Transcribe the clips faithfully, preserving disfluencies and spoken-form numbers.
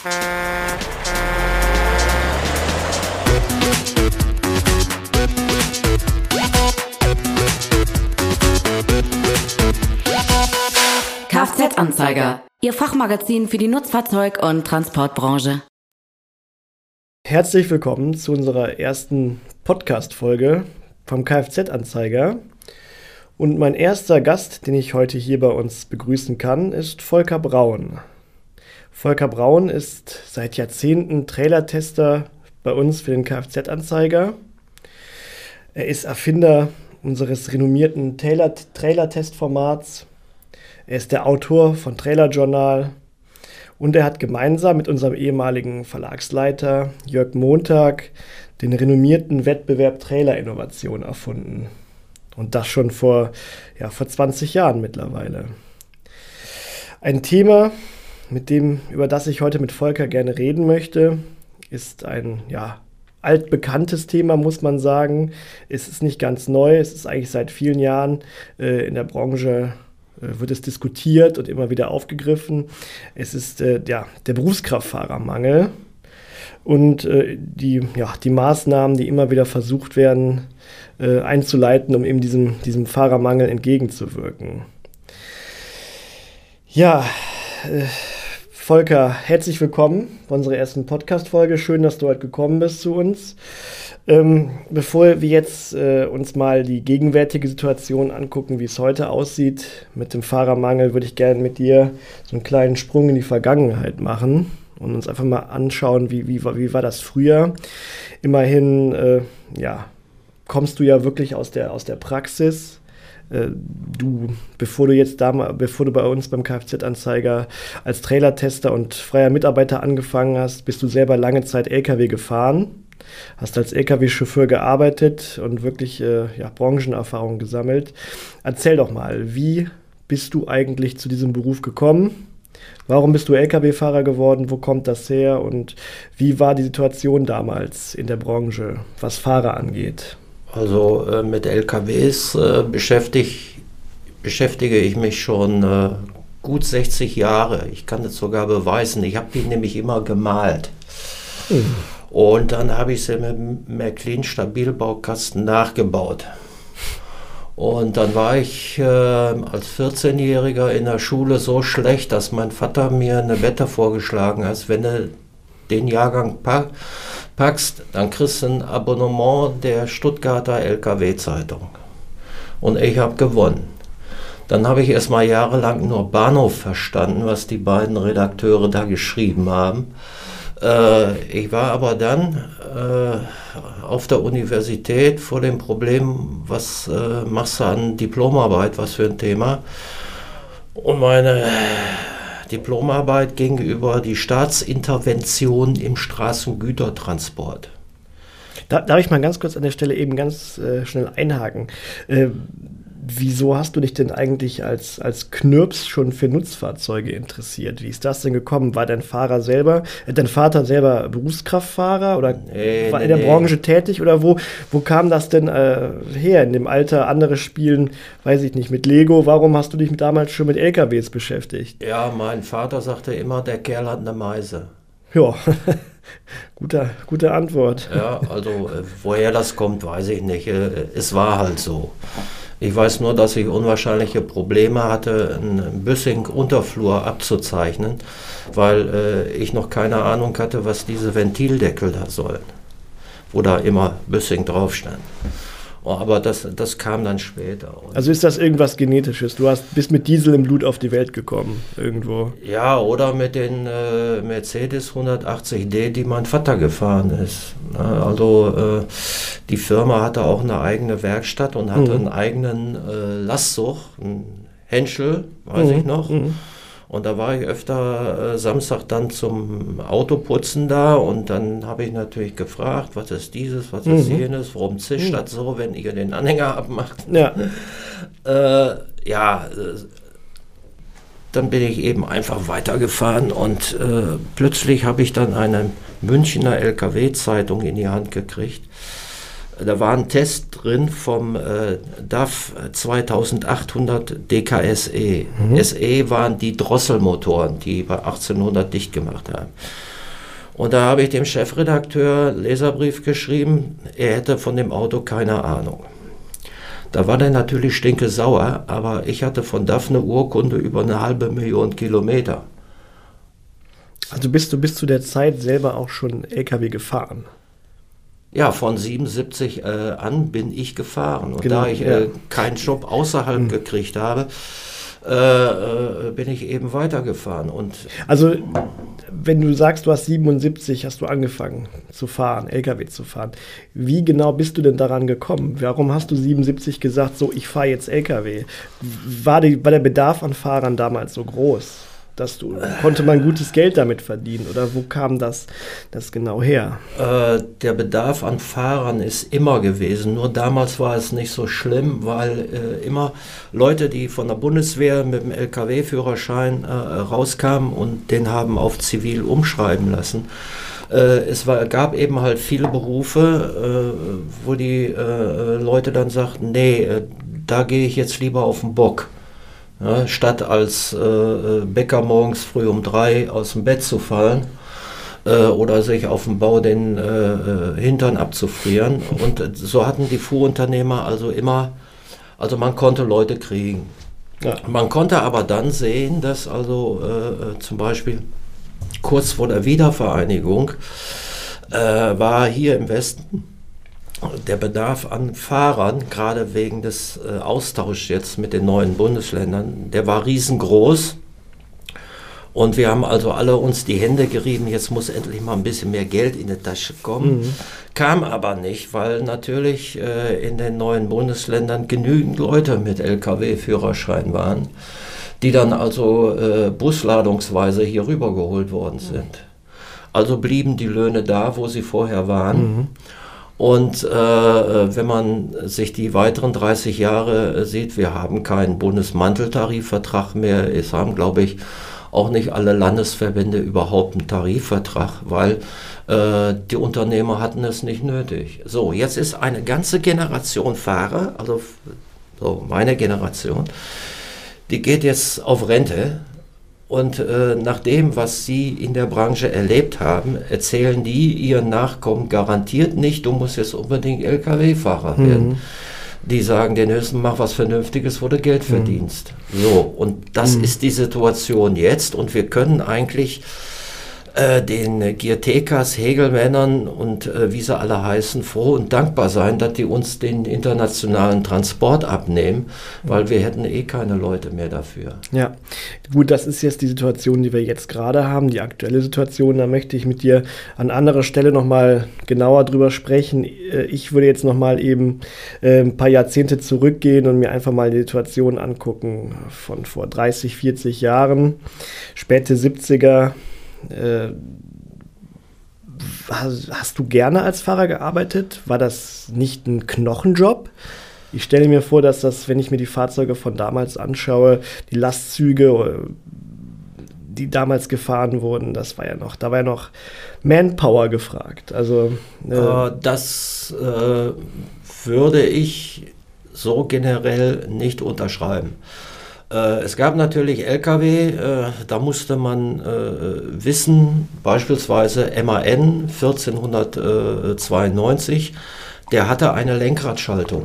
Kfz-Anzeiger, Ihr Fachmagazin für die Nutzfahrzeug- und Transportbranche. Herzlich willkommen zu unserer ersten Podcast-Folge vom Kfz-Anzeiger. Und mein erster Gast, den ich heute hier bei uns begrüßen kann, ist Volker Braun. Volker Braun ist seit Jahrzehnten Trailertester bei uns für den Kfz-Anzeiger. Er ist Erfinder unseres renommierten Trailer-Testformats. Er ist der Autor von Trailer Journal und er hat gemeinsam mit unserem ehemaligen Verlagsleiter Jörg Montag den renommierten Wettbewerb Trailer Innovation erfunden. Und das schon vor, ja, vor zwanzig Jahren mittlerweile. Ein Thema, mit dem, über das ich heute mit Volker gerne reden möchte, ist ein ja, altbekanntes Thema, muss man sagen. Es ist nicht ganz neu, es ist eigentlich seit vielen Jahren äh, in der Branche wird es diskutiert und immer wieder aufgegriffen. Es ist äh, ja, der Berufskraftfahrermangel und äh, die, ja, die Maßnahmen, die immer wieder versucht werden äh, einzuleiten, um eben diesem, diesem Fahrermangel entgegenzuwirken. Ja, äh, Volker, herzlich willkommen bei unserer ersten Podcast-Folge. Schön, dass du heute gekommen bist zu uns. Ähm, bevor wir jetzt äh, uns mal die gegenwärtige Situation angucken, wie es heute aussieht mit dem Fahrermangel, würde ich gerne mit dir so einen kleinen Sprung in die Vergangenheit machen und uns einfach mal anschauen, wie, wie, wie war das früher. Immerhin, äh, ja, kommst du ja wirklich aus der, aus der Praxis. Äh, du, bevor du jetzt da, bevor du bei uns beim Kfz-Anzeiger als Trailertester und freier Mitarbeiter angefangen hast, bist du selber lange Zeit L K W gefahren. Hast als L K W-Chauffeur gearbeitet und wirklich äh, ja, Branchenerfahrung gesammelt. Erzähl doch mal, wie bist du eigentlich zu diesem Beruf gekommen? Warum bist du L K W-Fahrer geworden? Wo kommt das her? Und wie war die Situation damals in der Branche, was Fahrer angeht? Also äh, mit L K Ws äh, beschäftig, beschäftige ich mich schon äh, gut sechzig Jahre. Ich kann das sogar beweisen. Ich habe die nämlich immer gemalt. Hm. Und dann habe ich sie mit dem Märklin Stabilbaukasten nachgebaut. Und dann war ich äh, als vierzehnjähriger in der Schule so schlecht, dass mein Vater mir eine Wette vorgeschlagen hat, wenn du den Jahrgang pack, packst, dann kriegst du ein Abonnement der Stuttgarter L K W-Zeitung. Und ich habe gewonnen. Dann habe ich erst mal jahrelang nur Bahnhof verstanden, was die beiden Redakteure da geschrieben haben. Ich war aber dann äh, auf der Universität vor dem Problem, was äh, machst du an Diplomarbeit, was für ein Thema. Und meine Diplomarbeit ging über die Staatsintervention im Straßengütertransport. Da, darf ich mal ganz kurz an der Stelle eben ganz äh, schnell einhaken. Äh, Wieso hast du dich denn eigentlich als, als Knirps schon für Nutzfahrzeuge interessiert? Wie ist das denn gekommen? War dein Fahrer selber, äh, dein Vater selber Berufskraftfahrer oder nee, war nee, in der nee. Branche tätig? Oder wo, wo kam das denn äh, her? In dem Alter andere spielen, weiß ich nicht, mit Lego. Warum hast du dich damals schon mit L K Ws beschäftigt? Ja, mein Vater sagte immer, der Kerl hat eine Meise. Ja, Guter, gute Antwort. Ja, also äh, woher das kommt, weiß ich nicht. Äh, es war halt so. Ich weiß nur, dass ich unwahrscheinliche Probleme hatte, einen Büssing-Unterflur abzuzeichnen, weil äh, ich noch keine Ahnung hatte, was diese Ventildeckel da sollen, wo da immer Büssing drauf stand. Oh, aber das, das kam dann später. Und also ist das irgendwas Genetisches? Du hast, bist mit Diesel im Blut auf die Welt gekommen, irgendwo? Ja, oder mit den äh, Mercedes hundertachtzig D, die mein Vater gefahren ist. Also äh, die Firma hatte auch eine eigene Werkstatt und hatte mhm. einen eigenen äh, Lastzug, einen Henschel, weiß mhm. ich noch. Mhm. Und da war ich öfter äh, Samstag dann zum Autoputzen da und dann habe ich natürlich gefragt, was ist dieses, was ist mhm. jenes, warum zischt mhm. das so, wenn ihr den Anhänger abmacht. Ja, äh, ja äh, dann bin ich eben einfach weitergefahren und äh, plötzlich habe ich dann eine Münchner L K W-Zeitung in die Hand gekriegt. Da war ein Test drin vom äh, D A F zweitausendachthundert D K S E. Mhm. S E waren die Drosselmotoren, die bei achtzehnhundert dicht gemacht haben. Und da habe ich dem Chefredakteur Leserbrief geschrieben, er hätte von dem Auto keine Ahnung. Da war der natürlich stinkesauer, aber ich hatte von D A F eine Urkunde über eine halbe Million Kilometer. Also bist du bis zu der Zeit selber auch schon L K W gefahren? Ja, von siebenundsiebzig äh, an bin ich gefahren. Und genau, da ich ja. äh, keinen Job außerhalb mhm. gekriegt habe, äh, äh, bin ich eben weitergefahren. Und also wenn du sagst, du hast siebenundsiebzig, hast du angefangen zu fahren, L K W zu fahren. Wie genau bist du denn daran gekommen? Warum hast du siebenundsiebzig gesagt, so ich fahre jetzt L K W? War, die, war der Bedarf an Fahrern damals so groß? Dass du, konnte man gutes Geld damit verdienen oder wo kam das, das genau her? Äh, der Bedarf an Fahrern ist immer gewesen, nur damals war es nicht so schlimm, weil äh, immer Leute, die von der Bundeswehr mit dem L K W-Führerschein äh, rauskamen und den haben auf zivil umschreiben lassen. Äh, es war, gab eben halt viele Berufe, äh, wo die äh, Leute dann sagten, nee, äh, da gehe ich jetzt lieber auf den Bock. Ja, statt als äh, Bäcker morgens früh um drei aus dem Bett zu fallen äh, oder sich auf dem Bau den äh, Hintern abzufrieren. Und so hatten die Fuhrunternehmer also immer, also man konnte Leute kriegen. Ja. Man konnte aber dann sehen, dass also äh, zum Beispiel kurz vor der Wiedervereinigung äh, war hier im Westen der Bedarf an Fahrern, gerade wegen des äh, Austauschs jetzt mit den neuen Bundesländern, der war riesengroß. Und wir haben also alle uns die Hände gerieben, jetzt muss endlich mal ein bisschen mehr Geld in die Tasche kommen. Mhm. Kam aber nicht, weil natürlich äh, in den neuen Bundesländern genügend Leute mit L K W-Führerschein waren, die dann also äh, busladungsweise hier rübergeholt worden sind. Also blieben die Löhne da, wo sie vorher waren. Mhm. Und äh, wenn man sich die weiteren dreißig Jahre äh, sieht, wir haben keinen Bundesmanteltarifvertrag mehr. Es haben, glaube ich, auch nicht alle Landesverbände überhaupt einen Tarifvertrag, weil äh, die Unternehmer hatten es nicht nötig. So, jetzt ist eine ganze Generation Fahrer, also so meine Generation, die geht jetzt auf Rente. Und äh, nach dem, was sie in der Branche erlebt haben, erzählen die ihren Nachkommen garantiert nicht, du musst jetzt unbedingt L K W-Fahrer mhm. werden. Die sagen den höchsten, mach was Vernünftiges, wo du Geld mhm. verdienst. So, und das mhm. ist die Situation jetzt. Und wir können eigentlich äh, den Giertekas, Hegelmännern und äh, wie sie alle heißen, froh und dankbar sein, dass die uns den internationalen Transport abnehmen, weil wir hätten eh keine Leute mehr dafür. Ja, gut, das ist jetzt die Situation, die wir jetzt gerade haben, die aktuelle Situation. Da möchte ich mit dir an anderer Stelle nochmal genauer drüber sprechen. Ich würde jetzt nochmal eben äh, ein paar Jahrzehnte zurückgehen und mir einfach mal die Situation angucken von vor dreißig, vierzig Jahren, späte siebziger. Äh, hast, hast du gerne als Fahrer gearbeitet? War das nicht ein Knochenjob? Ich stelle mir vor, dass das, wenn ich mir die Fahrzeuge von damals anschaue, die Lastzüge, die damals gefahren wurden, das war ja noch, da war ja noch Manpower gefragt. Also äh, äh, das äh, würde ich so generell nicht unterschreiben. Es gab natürlich L K W, äh, da musste man äh, wissen, beispielsweise M A N vierzehnhundertzweiundneunzig, der hatte eine Lenkradschaltung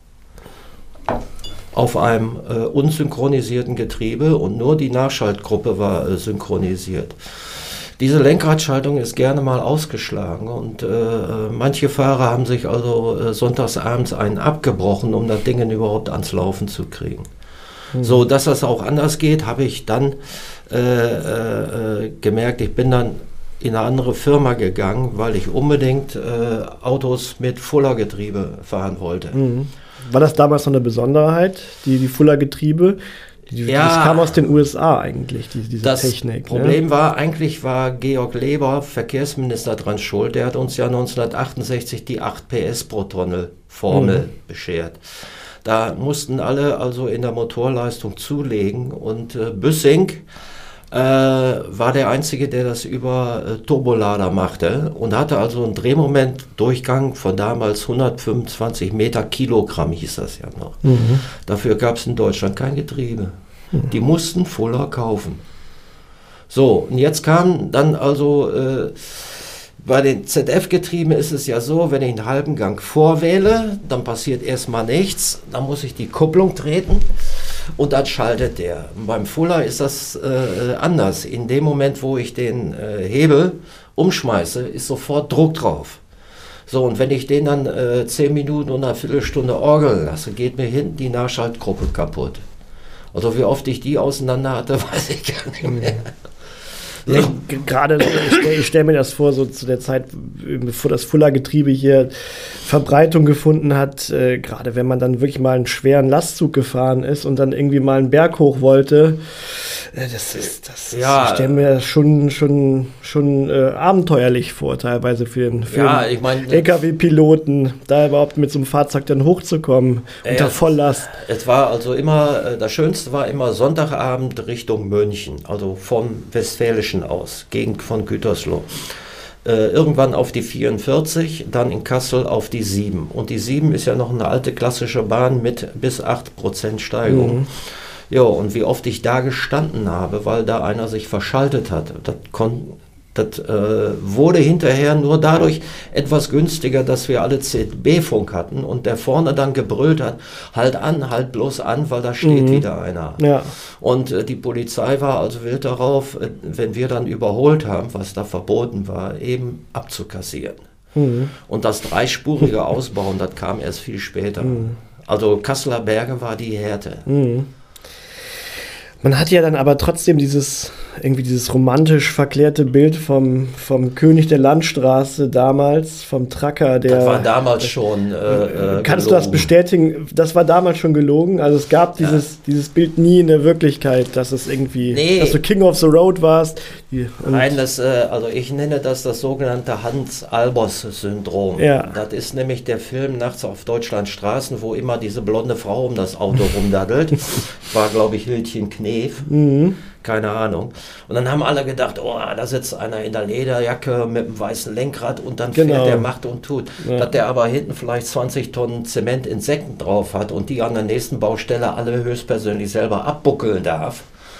auf einem äh, unsynchronisierten Getriebe und nur die Nachschaltgruppe war äh, synchronisiert. Diese Lenkradschaltung ist gerne mal ausgeschlagen und äh, manche Fahrer haben sich also äh, sonntagsabends einen abgebrochen, um das Ding überhaupt ans Laufen zu kriegen. So, dass das auch anders geht, habe ich dann äh, äh, gemerkt. Ich bin dann in eine andere Firma gegangen, weil ich unbedingt äh, Autos mit Fuller-Getriebe fahren wollte. Mhm. War das damals noch eine Besonderheit, die, die Fuller-Getriebe? Die, ja, das kam aus den U S A eigentlich, die, diese das Technik. Das Problem ne? war, eigentlich war Georg Leber, Verkehrsminister, dran schuld. Der hat uns ja neunzehnhundertachtundsechzig die acht P S pro Tonne Formel mhm. beschert. Da mussten alle also in der Motorleistung zulegen und äh, Büssing äh, war der Einzige, der das über äh, Turbolader machte und hatte also einen Drehmomentdurchgang von damals hundertfünfundzwanzig Meter Kilogramm, hieß das ja noch. Mhm. Dafür gab es in Deutschland kein Getriebe. Mhm. Die mussten Fuller kaufen. So, und jetzt kam dann also... Äh, Bei den Z F-Getrieben ist es ja so, wenn ich einen halben Gang vorwähle, dann passiert erstmal nichts, dann muss ich die Kupplung treten und dann schaltet der. Und beim Fuller ist das äh, anders. In dem Moment, wo ich den äh, Hebel umschmeiße, ist sofort Druck drauf. So, und wenn ich den dann äh, zehn Minuten oder eine Viertelstunde orgeln lasse, geht mir hinten die Nachschaltgruppe kaputt. Also wie oft ich die auseinander hatte, weiß ich gar nicht mehr. Ja, gerade, ich stelle stell mir das vor, so zu der Zeit, bevor das Fuller-Getriebe hier Verbreitung gefunden hat, äh, gerade wenn man dann wirklich mal einen schweren Lastzug gefahren ist und dann irgendwie mal einen Berg hoch wollte, äh, das ist, das ja, ich stelle mir das schon, schon, schon äh, abenteuerlich vor, teilweise für den, für ja, den ich mein, L K W-Piloten, da überhaupt mit so einem Fahrzeug dann hochzukommen, äh, unter Volllast. Es war also immer, das Schönste war immer Sonntagabend Richtung München, also vom Westfälischen aus, Gegend von Gütersloh. Äh, irgendwann auf die vierundvierzig, dann in Kassel auf die sieben. Und die sieben ist ja noch eine alte klassische Bahn mit bis acht Prozent Steigung. Mhm. Ja, und wie oft ich da gestanden habe, weil da einer sich verschaltet hat. Das konnte Das äh, wurde hinterher nur dadurch etwas günstiger, dass wir alle Z B-Funk hatten und der vorne dann gebrüllt hat, halt an, halt bloß an, weil da steht mhm. wieder einer. Ja. Und äh, die Polizei war also wild darauf, äh, wenn wir dann überholt haben, was da verboten war, eben abzukassieren. Mhm. Und das dreispurige Ausbauen, das kam erst viel später. Mhm. Also Kasseler Berge war die Härte. Mhm. Man hat ja dann aber trotzdem dieses irgendwie dieses romantisch verklärte Bild vom, vom König der Landstraße damals, vom Tracker, der... Das war damals schon äh, äh, Kannst gelogen. Du das bestätigen? Das war damals schon gelogen? Also es gab dieses, ja. dieses Bild nie in der Wirklichkeit, dass es irgendwie... Nee. Dass du King of the Road warst. Nein, das, äh, also ich nenne das das sogenannte Hans-Albers-Syndrom. Ja. Das ist nämlich der Film Nachts auf Deutschlands Straßen, wo immer diese blonde Frau um das Auto rumdaddelt. War, glaube ich, Hildchen Knef. Mhm. Keine Ahnung. Und dann haben alle gedacht, oh, da sitzt einer in der Lederjacke mit einem weißen Lenkrad und dann genau. fährt der, macht und tut. Ja. Dass der aber hinten vielleicht zwanzig Tonnen Zement Insekten drauf hat und die an der nächsten Baustelle alle höchstpersönlich selber abbuckeln darf,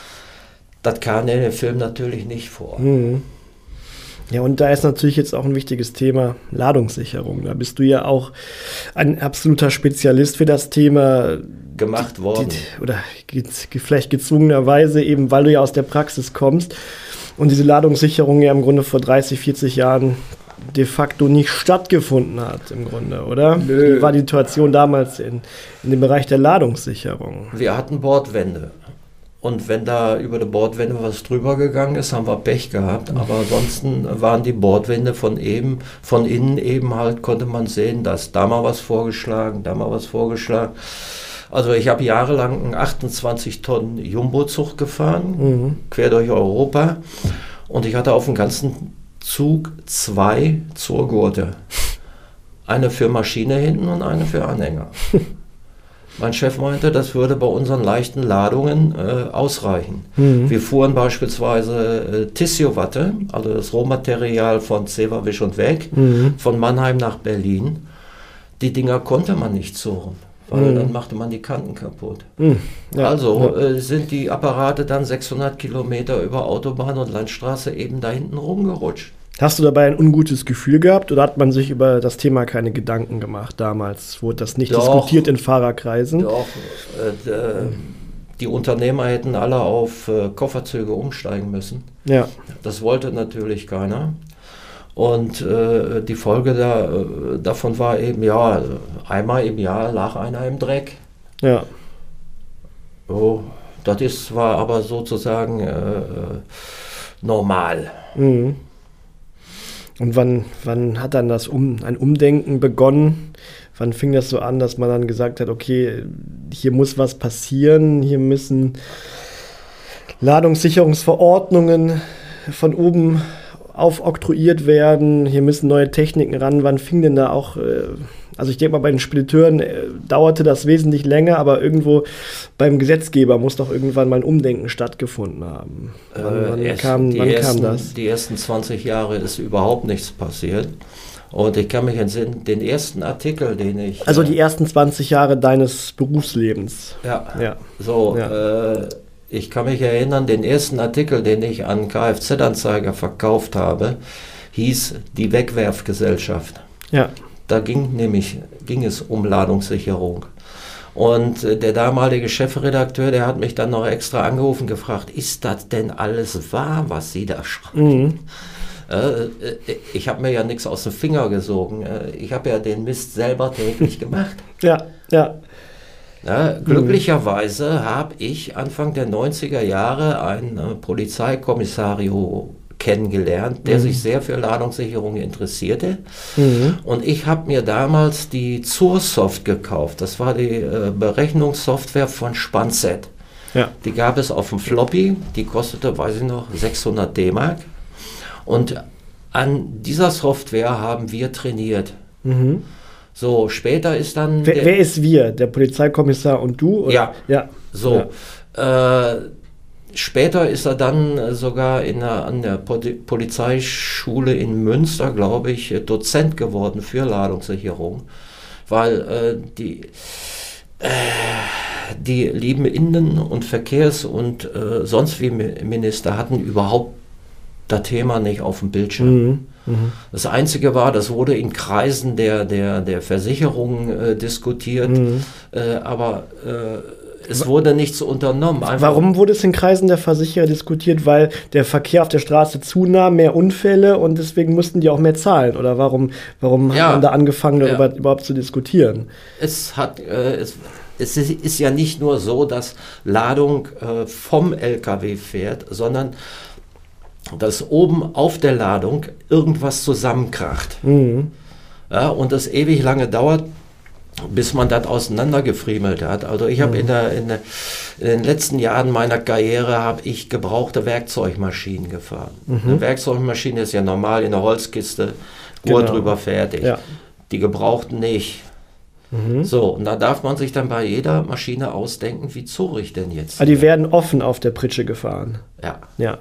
das kam in dem Film natürlich nicht vor. Mhm. Ja, und da ist natürlich jetzt auch ein wichtiges Thema Ladungssicherung. Da bist du ja auch ein absoluter Spezialist für das Thema gemacht worden. Die, oder vielleicht gezwungenerweise, eben weil du ja aus der Praxis kommst und diese Ladungssicherung ja im Grunde vor dreißig, vierzig Jahren de facto nicht stattgefunden hat, im Grunde, oder? Nö. Wie war die Situation damals in, in dem Bereich der Ladungssicherung? Wir hatten Bordwände. Und wenn da über die Bordwände was drüber gegangen ist, haben wir Pech gehabt. Aber ansonsten waren die Bordwände von eben, von innen eben halt, konnte man sehen, dass da mal was vorgeschlagen, da mal was vorgeschlagen. Also ich habe jahrelang einen achtundzwanzig Tonnen Jumbo-Zug gefahren, mhm. quer durch Europa. Und ich hatte auf dem ganzen Zug zwei Zurgurte. Eine für Maschine hinten und eine für Anhänger. Mein Chef meinte, das würde bei unseren leichten Ladungen äh, ausreichen. Mhm. Wir fuhren beispielsweise äh, Tissio-Watte, also das Rohmaterial von Zewa, Wisch und Weg, mhm. von Mannheim nach Berlin. Die Dinger konnte man nicht zurren, weil mhm. dann machte man die Kanten kaputt. Mhm. Ja, also ja. Äh, sind die Apparate dann sechshundert Kilometer über Autobahn und Landstraße eben da hinten rumgerutscht. Hast du dabei ein ungutes Gefühl gehabt oder hat man sich über das Thema keine Gedanken gemacht damals? Wurde das nicht doch, diskutiert in Fahrerkreisen? Doch, äh, äh, die Unternehmer hätten alle auf äh, Kofferzüge umsteigen müssen. Ja. Das wollte natürlich keiner. Und äh, die Folge da, äh, davon war eben, ja, einmal im Jahr lag einer im Dreck. Ja. Oh, das ist, war aber sozusagen äh, normal. Mhm. Und wann, wann hat dann das um, ein Umdenken begonnen? Wann fing das so an, dass man dann gesagt hat, okay, hier muss was passieren, hier müssen Ladungssicherungsverordnungen von oben aufoktroyiert werden, hier müssen neue Techniken ran. Wann fing denn da auch äh, Also ich denke mal, bei den Spediteuren äh, dauerte das wesentlich länger, aber irgendwo beim Gesetzgeber muss doch irgendwann mal ein Umdenken stattgefunden haben. Wann, äh, wann, erst, kam, die wann ersten, kam das? Die ersten zwanzig Jahre ist überhaupt nichts passiert. Und ich kann mich entsinnen, den ersten Artikel, den ich... Also äh, die ersten zwanzig Jahre deines Berufslebens. Ja, Ja. so, Ja. Äh, ich kann mich erinnern, den ersten Artikel, den ich an Kfz-Anzeiger verkauft habe, hieß die Wegwerfgesellschaft. Ja. Da ging nämlich, ging es um Ladungssicherung. Und äh, der damalige Chefredakteur, der hat mich dann noch extra angerufen und gefragt, ist das denn alles wahr, was Sie da schreiben? Mhm. Äh, ich habe mir ja nichts aus dem Finger gesogen. Äh, ich habe ja den Mist selber täglich gemacht. Ja, ja. Ja, glücklicherweise habe ich Anfang der neunziger Jahre einen äh, Polizeikommissario kennengelernt, der Mhm. sich sehr für Ladungssicherung interessierte. Mhm. Und ich habe mir damals die Zursoft gekauft. Das war die äh, Berechnungssoftware von Spanset. Ja. Die gab es auf dem Floppy. Die kostete, weiß ich noch, sechshundert D-Mark. Und an dieser Software haben wir trainiert. Mhm. So, später ist dann... Wer, der- wer ist wir? Der Polizeikommissar und du? Oder? Ja. Ja. So, äh, später ist er dann äh, sogar in der, an der Poli- Polizeischule in Münster, glaube ich, äh, Dozent geworden für Ladungssicherung, weil äh, die, äh, die lieben Innen- und Verkehrs- und äh, sonst wie Mi- Minister hatten überhaupt das Thema nicht auf dem Bildschirm. Mhm. Mhm. Das Einzige war, das wurde in Kreisen der, der, der Versicherung äh, diskutiert, Mhm. äh, aber äh, es wurde nichts unternommen. Einfach- Warum wurde es in Kreisen der Versicherer diskutiert? Weil der Verkehr auf der Straße zunahm, mehr Unfälle und deswegen mussten die auch mehr zahlen? Oder warum, warum Ja. hat man da angefangen, darüber Ja. überhaupt zu diskutieren? Es hat, äh, es, es ist, ist ja nicht nur so, dass Ladung äh, vom L K W fährt, sondern dass oben auf der Ladung irgendwas zusammenkracht. Mhm. Ja, und das ewig lange dauert, bis man das auseinandergefriemelt hat. Also ich habe in, der, in, der, in den letzten Jahren meiner Karriere habe ich gebrauchte Werkzeugmaschinen gefahren. Eine Werkzeugmaschine ist ja normal in der Holzkiste, Gurt Genau. drüber fertig. Ja. Die gebrauchten nicht. So, und da darf man sich dann bei jeder Maschine ausdenken, wie zurre ich denn jetzt? Aber die werden offen auf der Pritsche gefahren. Ja. Ja.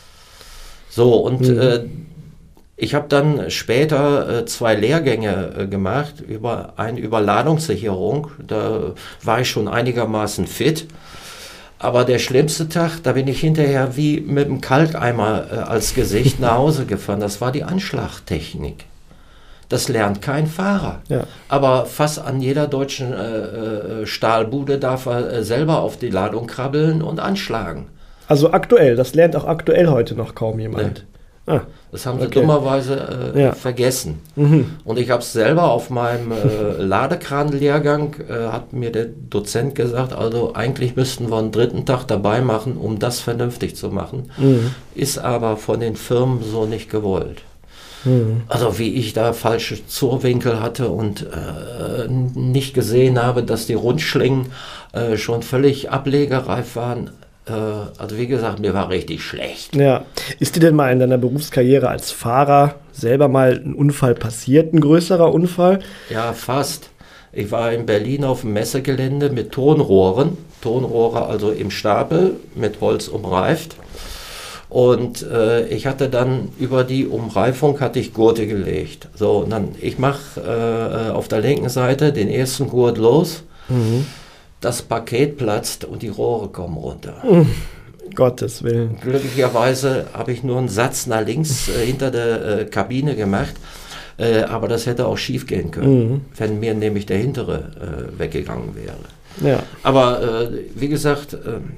So, und äh, ich habe dann später äh, zwei Lehrgänge äh, gemacht, über eine Überladungssicherung. Da war ich schon einigermaßen fit. Aber der schlimmste Tag, da bin ich hinterher wie mit einem Kalkeimer äh, als Gesicht nach Hause gefahren. Das war die Anschlagtechnik. Das lernt kein Fahrer. Ja. Aber fast an jeder deutschen äh, äh, Stahlbude darf er äh, selber auf die Ladung krabbeln und anschlagen. Also aktuell, das lernt auch aktuell heute noch kaum jemand. Ah. Das haben sie Okay. dummerweise äh, Ja. vergessen. Mhm. Und ich habe es selber auf meinem äh, Ladekran-Lehrgang, äh, hat mir der Dozent gesagt, also eigentlich müssten wir einen dritten Tag dabei machen, um das vernünftig zu machen. Mhm. Ist aber von den Firmen so nicht gewollt. Mhm. Also wie ich da falsche Zurwinkel hatte und äh, nicht gesehen habe, dass die Rundschlingen äh, schon völlig ablegereif waren. Äh, also wie gesagt, mir war richtig schlecht. Ja. Ist dir denn mal in deiner Berufskarriere als Fahrer selber mal ein Unfall passiert, ein größerer Unfall? Ja, fast. Ich war in Berlin auf dem Messegelände mit Tonrohren. Tonrohre also im Stapel mit Holz umreift. Und äh, ich hatte dann über die Umreifung hatte ich Gurte gelegt. So, und dann ich mache äh, auf der linken Seite den ersten Gurt los. Mhm. Das Paket platzt und die Rohre kommen runter. Gottes Willen. Glücklicherweise habe ich nur einen Satz nach links äh, hinter der äh, Kabine gemacht. Äh, aber das hätte auch schief gehen können, Mhm. wenn mir nämlich der hintere äh, weggegangen wäre. Ja. Aber äh, wie gesagt, äh,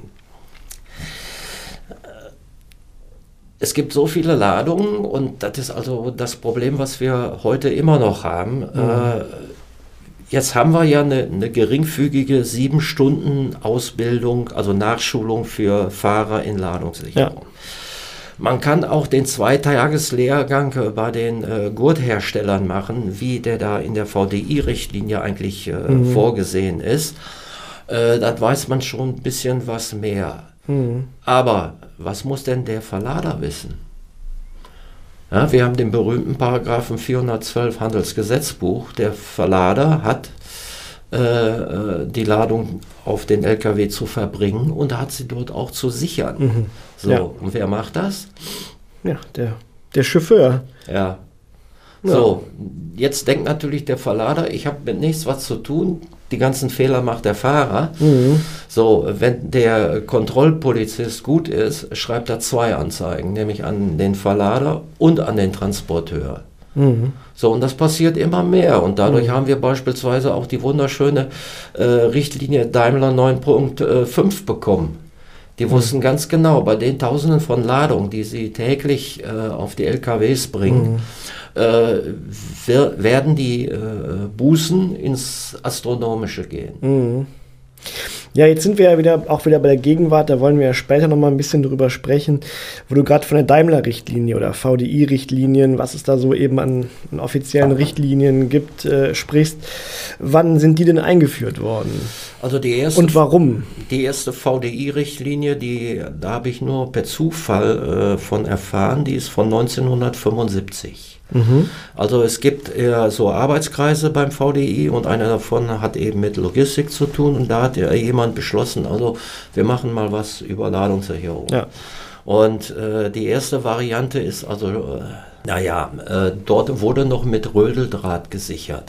es gibt so viele Ladungen und das ist also das Problem, was wir heute immer noch haben. Mhm. Äh, jetzt haben wir ja eine, eine geringfügige sieben Stunden Ausbildung, also Nachschulung für Fahrer in Ladungssicherung. Ja. Man kann auch den Zweitageslehrgang bei den äh, Gurtherstellern machen, wie der da in der V D I-Richtlinie eigentlich äh, mhm. vorgesehen ist. Äh, das weiß man schon ein bisschen was mehr. Mhm. Aber was muss denn der Verlader wissen? Ja, wir haben den berühmten Paragraphen vierhundertzwölf Handelsgesetzbuch. Der Verlader hat äh, die Ladung auf den L K W zu verbringen und hat sie dort auch zu sichern. Mhm. So, Ja. und wer macht das? Ja, der, der Chauffeur. Ja. Ja. So, jetzt denkt natürlich der Verlader, ich habe mit nichts was zu tun, die ganzen Fehler macht der Fahrer. Mhm. So, wenn der Kontrollpolizist gut ist, schreibt er zwei Anzeigen, nämlich an den Verlader und an den Transporteur. Mhm. So, und das passiert immer mehr und dadurch Mhm. haben wir beispielsweise auch die wunderschöne äh, Richtlinie Daimler neun Punkt fünf bekommen. Die wussten ganz genau, bei den Tausenden von Ladungen, die sie täglich äh, auf die L K Ws bringen, Mhm. äh, wer, werden die äh, Bußen ins Astronomische gehen. Mhm. Ja, jetzt sind wir ja wieder, auch wieder bei der Gegenwart, da wollen wir ja später nochmal ein bisschen drüber sprechen, wo du gerade von der Daimler-Richtlinie oder V D I-Richtlinien, was es da so eben an, an offiziellen Richtlinien gibt, äh, sprichst. Wann sind die denn eingeführt worden? Also die erste, Und warum? Die erste V D I-Richtlinie, die, da habe ich nur per Zufall äh, von erfahren, die ist von neunzehnhundertfünfundsiebzig. Mhm. Also es gibt eher so Arbeitskreise beim V D I und einer davon hat eben mit Logistik zu tun und da hat ja jemand beschlossen, also wir machen mal was über Ladungssicherung. Ja. Und äh, die erste Variante ist also, äh, naja, äh, dort wurde noch mit Rödeldraht gesichert.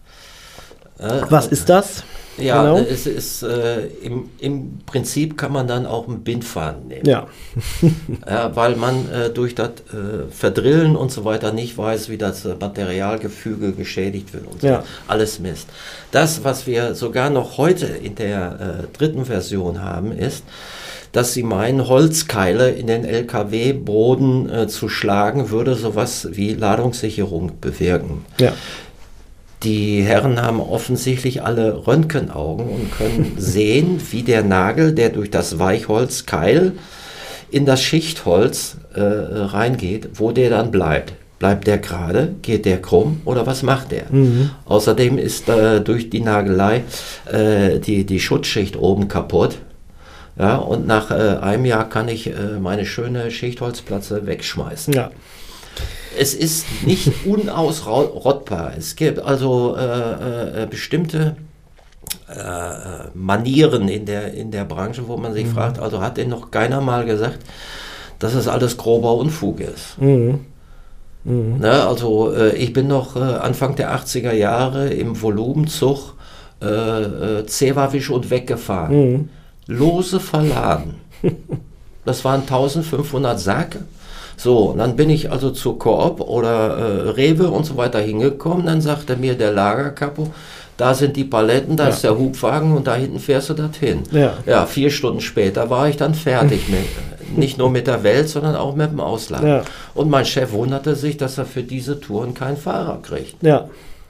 Äh, Was ist das? Ja, Genau. es ist äh, im, im Prinzip kann man dann auch einen Bindfaden nehmen. Ja. Ja, weil man äh, durch das äh, Verdrillen und so weiter nicht weiß, wie das äh, Materialgefüge geschädigt wird und so. Ja. Alles Mist. Das, was wir sogar noch heute in der äh, dritten Version haben, ist, dass sie meinen, Holzkeile in den L K W-Boden äh, zu schlagen, würde sowas wie Ladungssicherung bewirken. Ja. Die Herren haben offensichtlich alle Röntgenaugen und können sehen, wie der Nagel, der durch das Weichholzkeil in das Schichtholz äh, reingeht, wo der dann bleibt. Bleibt der gerade? Geht der krumm? Oder was macht der? Mhm. Außerdem ist äh, durch die Nagelei äh, die, die Schutzschicht oben kaputt. Ja, und nach äh, einem Jahr kann ich äh, meine schöne Schichtholzplatte wegschmeißen. Ja. Es ist nicht unausrottbar. Es gibt also äh, äh, bestimmte äh, Manieren in der, in der Branche, wo man sich Mhm. fragt, also hat denn noch keiner mal gesagt, dass es alles grober Unfug ist. Mhm. Mhm. Ne, also äh, ich bin noch äh, Anfang der achtziger Jahre im Volumenzug äh, äh, Zewawisch und weggefahren. Mhm. Lose verladen. Das waren eintausendfünfhundert Sack. So, und dann bin ich also zur Coop oder äh, Rewe und so weiter hingekommen. Dann sagte mir der Lagerkapo, da sind die Paletten, da Ja. ist der Hubwagen und da hinten fährst du dorthin. Ja. Ja, vier Stunden später war ich dann fertig. mit, nicht nur mit der Welt, sondern auch mit dem Ausland. Ja. Und mein Chef wunderte sich, dass er für diese Touren keinen Fahrer kriegt. Ja.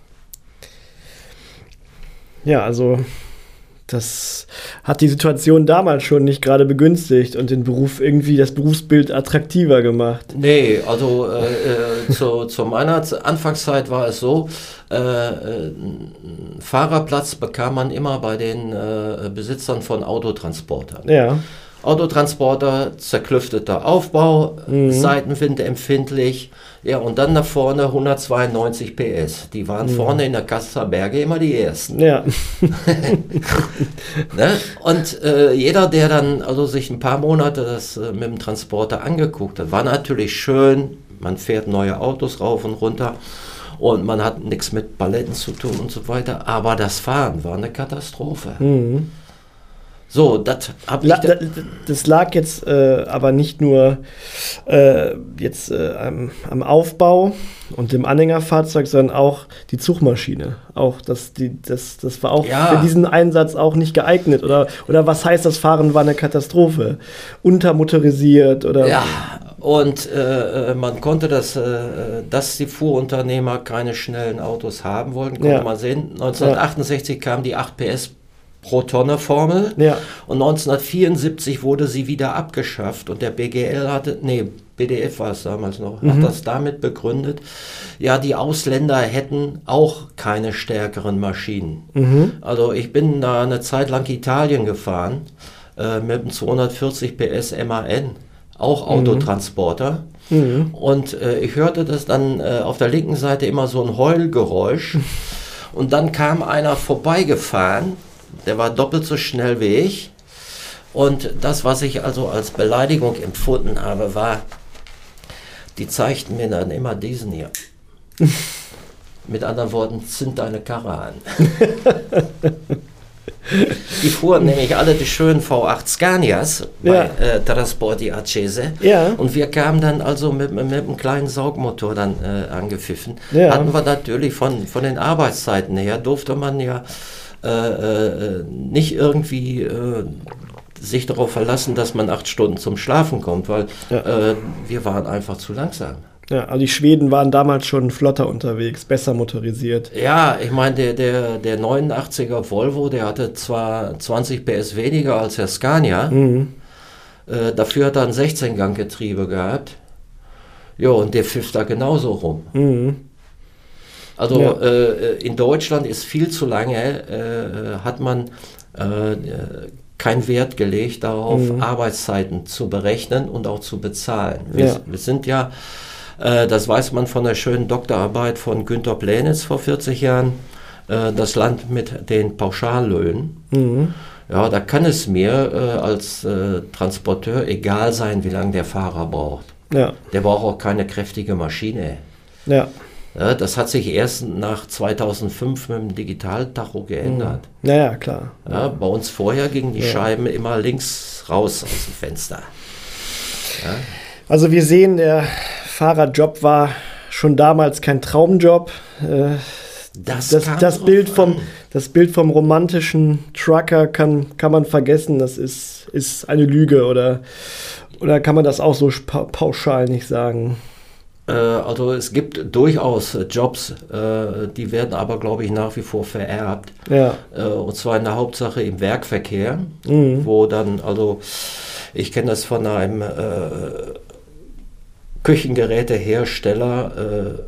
Ja, also das hat die Situation damals schon nicht gerade begünstigt und den Beruf irgendwie, das Berufsbild attraktiver gemacht. Nee, also äh, äh, zu, zu meiner Z- Anfangszeit war es so, äh, äh, einen Fahrerplatz bekam man immer bei den äh, Besitzern von Autotransportern. Ja. Autotransporter, zerklüfteter Aufbau, Mhm. seitenwindempfindlich, ja, und dann da vorne hundertzweiundneunzig P S. Die waren vorne in der Kasseler Berge immer die ersten. Ja. Ne? Und äh, jeder, der dann also sich ein paar Monate das äh, mit dem Transporter angeguckt hat, war natürlich schön. Man fährt neue Autos rauf und runter und man hat nichts mit Paletten zu tun und so weiter. Aber das Fahren war eine Katastrophe. Mhm. So, das habe ich... La, da, das lag jetzt äh, aber nicht nur äh, jetzt äh, am, am Aufbau und dem Anhängerfahrzeug, sondern auch die Zugmaschine. Auch das, die, das, das war auch Ja. für diesen Einsatz auch nicht geeignet. Oder, oder was heißt, das Fahren war eine Katastrophe? Untermotorisiert oder... Ja, und äh, äh, man konnte das, äh, dass die Fuhrunternehmer keine schnellen Autos haben wollten, konnte Ja. man sehen. neunzehnhundertachtundsiebzig kam die acht P S pro Tonne Formel Ja. und neunzehnhundertvierundsiebzig wurde sie wieder abgeschafft und der B G L hatte, nee, B D F war es damals noch, Mhm. hat das damit begründet, ja, die Ausländer hätten auch keine stärkeren Maschinen. Mhm. Also ich bin da eine Zeit lang Italien gefahren äh, mit einem zweihundertvierzig P S M A N, auch Autotransporter. Mhm. Und äh, ich hörte das dann äh, auf der linken Seite immer so ein Heulgeräusch. Und dann kam einer vorbeigefahren, der war doppelt so schnell wie ich. Und das, was ich also als Beleidigung empfunden habe, war, die zeigten mir dann immer diesen hier. Mit anderen Worten, zünd deine Karre an. Die fuhren nämlich alle die schönen V acht Scanias bei ja. äh, Trasporti Accese. Ja. Und wir kamen dann also mit, mit, mit einem kleinen Saugmotor dann äh, angepfiffen. Ja. Hatten wir natürlich von, von den Arbeitszeiten her, durfte man ja äh, äh, nicht irgendwie äh, sich darauf verlassen, dass man acht Stunden zum Schlafen kommt, weil ja. äh, wir waren einfach zu langsam. Ja, also die Schweden waren damals schon flotter unterwegs, besser motorisiert. Ja, ich meine, der, der, der neunundachtziger Volvo, der hatte zwar zwanzig P S weniger als der Scania, mhm. äh, dafür hat er ein sechzehn-Gang-Getriebe gehabt. Jo, und der pfifft da genauso rum. Mhm. Also ja. äh, in Deutschland ist viel zu lange, äh, hat man äh, keinen Wert gelegt darauf, mhm. Arbeitszeiten zu berechnen und auch zu bezahlen. Wir, ja. wir sind ja... Das weiß man von der schönen Doktorarbeit von Günter Plänitz vor vierzig Jahren, das Land mit den Pauschallöhnen. Mhm. Ja, da kann es mir äh, als äh, Transporteur egal sein, wie lange der Fahrer braucht. Ja. Der braucht auch keine kräftige Maschine. Ja. Ja, das hat sich erst nach zweitausendfünf mit dem Digitaltacho geändert. Mhm. Ja, klar. Ja, bei uns vorher gingen die ja. Scheiben immer links raus aus dem Fenster. Ja. Also wir sehen, der Fahrerjob war schon damals kein Traumjob. Äh, das, das, das, Bild vom, das Bild vom romantischen Trucker kann, kann man vergessen. Das ist, ist eine Lüge. Oder, oder kann man das auch so pauschal nicht sagen? Äh, also es gibt durchaus Jobs, äh, die werden aber, glaube ich, nach wie vor vererbt. Ja. Äh, und zwar in der Hauptsache im Werkverkehr, mhm. wo dann, also ich kenne das von einem... Äh, Küchengerätehersteller, äh,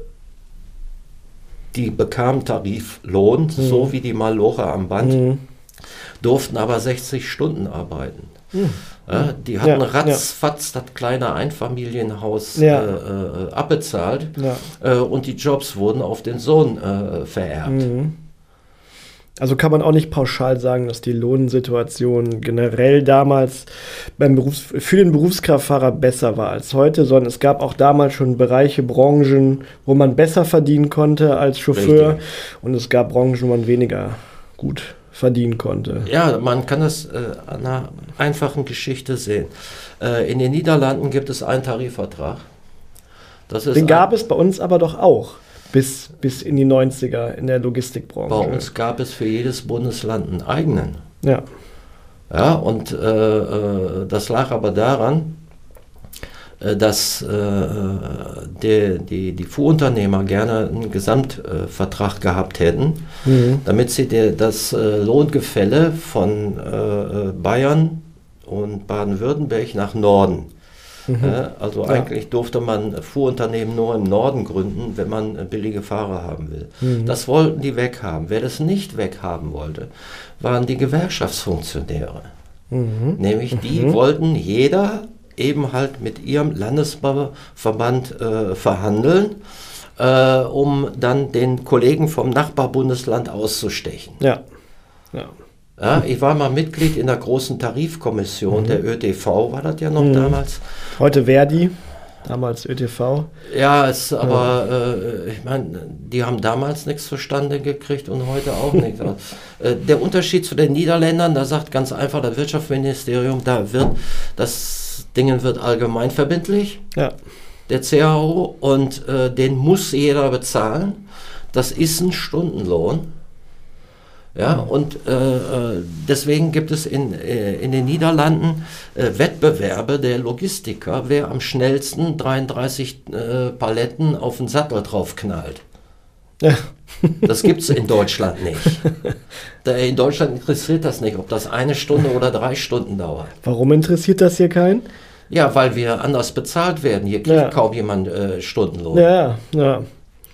die bekamen Tariflohn, mhm. so wie die Malocher am Band, mhm. durften aber sechzig Stunden arbeiten. Mhm. Ja, die hatten ja, ratzfatz ja. das kleine Einfamilienhaus ja. äh, abbezahlt ja. äh, und die Jobs wurden auf den Sohn äh, vererbt. Mhm. Also kann man auch nicht pauschal sagen, dass die Lohnsituation generell damals beim Berufs- für den Berufskraftfahrer besser war als heute, sondern es gab auch damals schon Bereiche, Branchen, wo man besser verdienen konnte als Chauffeur. Richtig. Und es gab Branchen, wo man weniger gut verdienen konnte. Ja, man kann das äh, an einer einfachen Geschichte sehen. Äh, in den Niederlanden gibt es einen Tarifvertrag. Das ist Den gab es bei uns aber doch auch. Bis, bis in die neunziger in der Logistikbranche. Bei uns gab es für jedes Bundesland einen eigenen. Ja. Ja, und äh, das lag aber daran, äh, dass äh, die, die, die Fuhrunternehmer gerne einen Gesamtvertrag äh, gehabt hätten, mhm. damit sie der, das äh, Lohngefälle von äh, Bayern und Baden-Württemberg nach Norden. Mhm. Ja, also ja. eigentlich durfte man Fuhrunternehmen nur im Norden gründen, wenn man billige Fahrer haben will. Mhm. Das wollten die weghaben. Wer das nicht weghaben wollte, waren die Gewerkschaftsfunktionäre. Mhm. Nämlich die mhm. wollten jeder eben halt mit ihrem Landesverband äh, verhandeln, äh, um dann den Kollegen vom Nachbarbundesland auszustechen. Ja, ja. Ja, ich war mal Mitglied in der großen Tarifkommission, mhm. der Ö T V war das ja noch mhm. damals. Heute Verdi, damals Ö T V. Ja, es, aber ja. Äh, ich meine, die haben damals nichts zustande gekriegt und heute auch nichts. äh, der Unterschied zu den Niederländern, da sagt ganz einfach das Wirtschaftsministerium, da wird das Ding wird allgemeinverbindlich, ja. der C A O, und äh, den muss jeder bezahlen. Das ist ein Stundenlohn. Ja, und äh, deswegen gibt es in, äh, in den Niederlanden äh, Wettbewerbe der Logistiker, wer am schnellsten dreiunddreißig äh, Paletten auf den Sattel draufknallt. Ja. Das gibt es in Deutschland nicht. Da, in Deutschland interessiert das nicht, ob das eine Stunde oder drei Stunden dauert. Warum interessiert das hier keinen? Ja, weil wir anders bezahlt werden. Hier kriegt ja. kaum jemand äh, Stundenlohn. Ja, ja.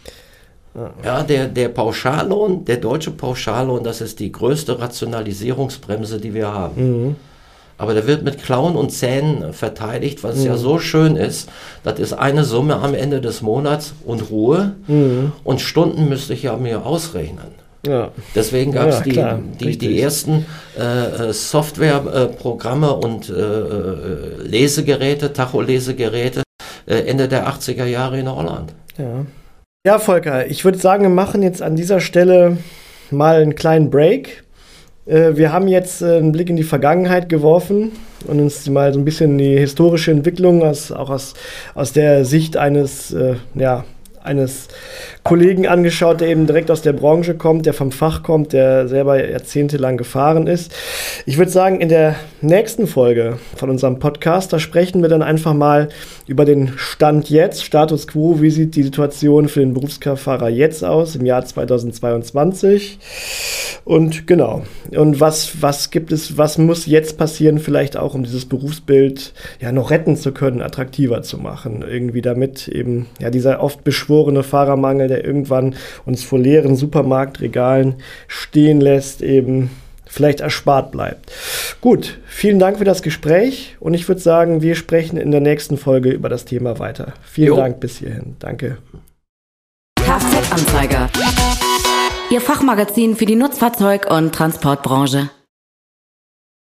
Ja, der, der Pauschallohn, der deutsche Pauschallohn, das ist die größte Rationalisierungsbremse, die wir haben. Mhm. aber der wird mit Klauen und Zähnen verteidigt, was mhm. ja so schön ist. Das ist eine Summe am Ende des Monats und Ruhe. Mhm. Und Stunden müsste ich ja mir ausrechnen. Ja. Deswegen gab es ja, die, die, die ersten äh, Softwareprogramme äh, und äh, Lesegeräte, Tacholesegeräte äh, Ende der achtziger Jahre in Holland. Ja, ja Volker, ich würde sagen, wir machen jetzt an dieser Stelle mal einen kleinen Break. Äh, wir haben jetzt äh, einen Blick in die Vergangenheit geworfen und uns mal so ein bisschen die historische Entwicklung aus, auch aus, aus der Sicht eines, äh, ja, eines Kollegen angeschaut, der eben direkt aus der Branche kommt, der vom Fach kommt, der selber jahrzehntelang gefahren ist. Ich würde sagen, in der nächsten Folge von unserem Podcast, da sprechen wir dann einfach mal über den Stand jetzt, Status Quo, wie sieht die Situation für den Berufskraftfahrer jetzt aus, im Jahr zweitausendzweiundzwanzig. Und genau, und was, was gibt es, was muss jetzt passieren, vielleicht auch, um dieses Berufsbild ja noch retten zu können, attraktiver zu machen, irgendwie damit eben ja dieser oft beschworene Fahrermangel, der irgendwann uns vor leeren Supermarktregalen stehen lässt, eben vielleicht erspart bleibt. Gut, vielen Dank für das Gespräch und ich würde sagen, wir sprechen in der nächsten Folge über das Thema weiter. Vielen jo. Dank bis hierhin. Danke. Kfz-Anzeiger. Ihr Fachmagazin für die Nutzfahrzeug- und Transportbranche.